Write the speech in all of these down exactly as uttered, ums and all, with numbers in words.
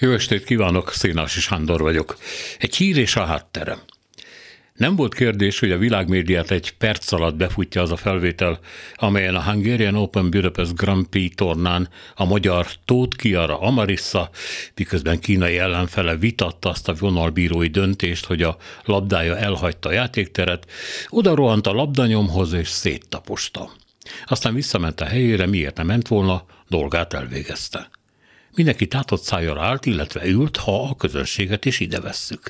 Jó estét kívánok, Szénási Sándor vagyok. Egy hír és a háttere. Nem volt kérdés, hogy a világmédiát egy perc alatt befutja az a felvétel, amelyen a Hungarian Open Budapest Grand Prix tornán a magyar Tóth Kiara Amarissa, miközben kínai ellenfele vitatta azt a vonalbírói döntést, hogy a labdája elhagyta a játékteret, oda rohant a labdanyomhoz és széttaposta. Aztán visszament a helyére, miért nem ment volna, dolgát elvégezte. Mindenki tátott szájjal állt, illetve ült, ha a közönséget is ide vesszük.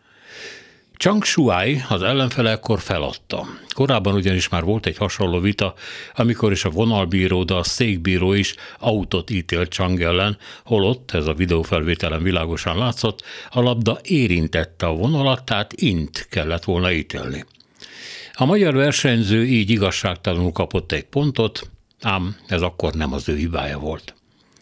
Zhang Shuai az ellenfele ekkor feladta. Korábban ugyanis már volt egy hasonló vita, amikor is a vonalbíró, de a székbíró is autót ítélt Zhang ellen, holott, ez a videófelvételen világosan látszott, a labda érintette a vonalat, tehát int kellett volna ítélni. A magyar versenyző így igazságtalanul kapott egy pontot, ám ez akkor nem az ő hibája volt.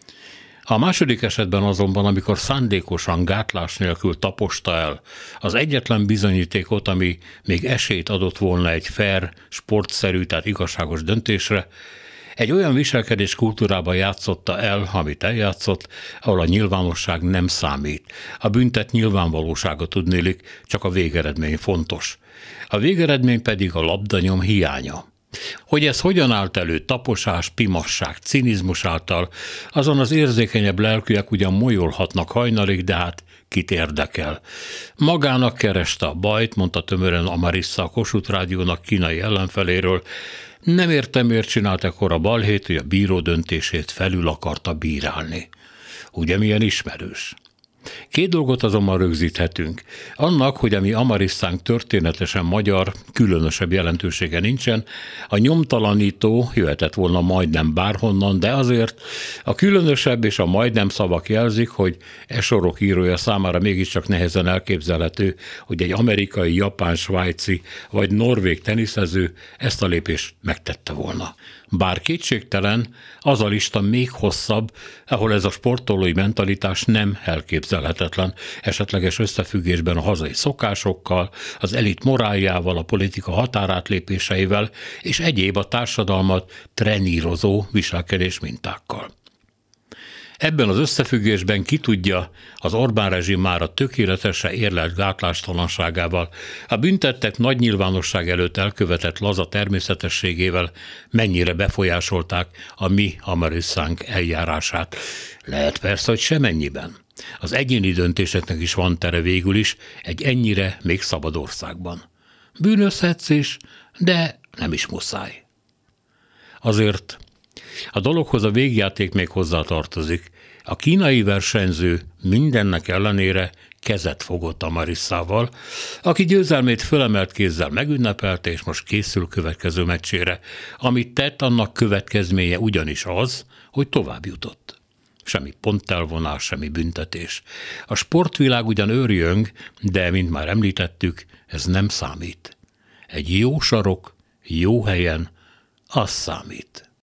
A második esetben azonban, amikor szándékosan gátlás nélkül taposta el az egyetlen bizonyítékot, ami még esélyt adott volna egy fair, sportszerű, tehát igazságos döntésre, egy olyan viselkedés kultúrában játszotta el, amit eljátszott, ahol a nyilvánosság nem számít. A büntet nyilvánvalósága tudnélik, csak a végeredmény fontos. A végeredmény pedig a labdanyom hiánya. Hogy ez hogyan állt elő taposás, pimasság, cinizmus által, azon az érzékenyebb lelkűek ugyan molyolhatnak hajnalig, de hát kit érdekel. Magának kereste a bajt, mondta tömören Amarissa a Kossuth Rádiónak kínai ellenfeléről. Nem értem, miért csinált ekkor a balhét, hogy a bíró döntését felül akarta bírálni. Ugye milyen ismerős? Két dolgot azonban rögzíthetünk. Annak, hogy ami Amarissánk történetesen magyar, különösebb jelentősége nincsen, a nyomtalanító jöhetett volna majdnem bárhonnan, de azért a különösebb és a majdnem szavak jelzik, hogy e sorok írója számára mégiscsak nehezen elképzelhető, hogy egy amerikai, japán, svájci vagy norvég teniszező ezt a lépést megtette volna. Bár kétségtelen, az a lista még hosszabb, ahol ez a sportolói mentalitás nem elképzelhetetlen, esetleges összefüggésben a hazai szokásokkal, az elit moráljával, a politika határátlépéseivel és egyéb a társadalmat trenírozó viselkedés mintákkal. Ebben az összefüggésben ki tudja, az Orbán rezsim már a tökéletesen érlelt gátlástalanságával, a büntettek nagy nyilvánosság előtt elkövetett laza természetességével mennyire befolyásolták a mi Amarissánk eljárását. Lehet persze, hogy semennyiben. Az egyéni döntéseknek is van tere végül is egy ennyire még szabad országban. Bűnözhetsz is, de nem is muszáj. Azért a dologhoz a végjáték még hozzátartozik. A kínai versenyző mindennek ellenére kezet fogott Amarissával, aki győzelmét fölemelt kézzel megünnepelte, és most készül következő meccsére. Amit tett, annak következménye ugyanis az, hogy tovább jutott. Semmi pontelvonás, semmi büntetés. A sportvilág ugyan őrjöng, de, mint már említettük, ez nem számít. Egy jó sarok, jó helyen, az számít.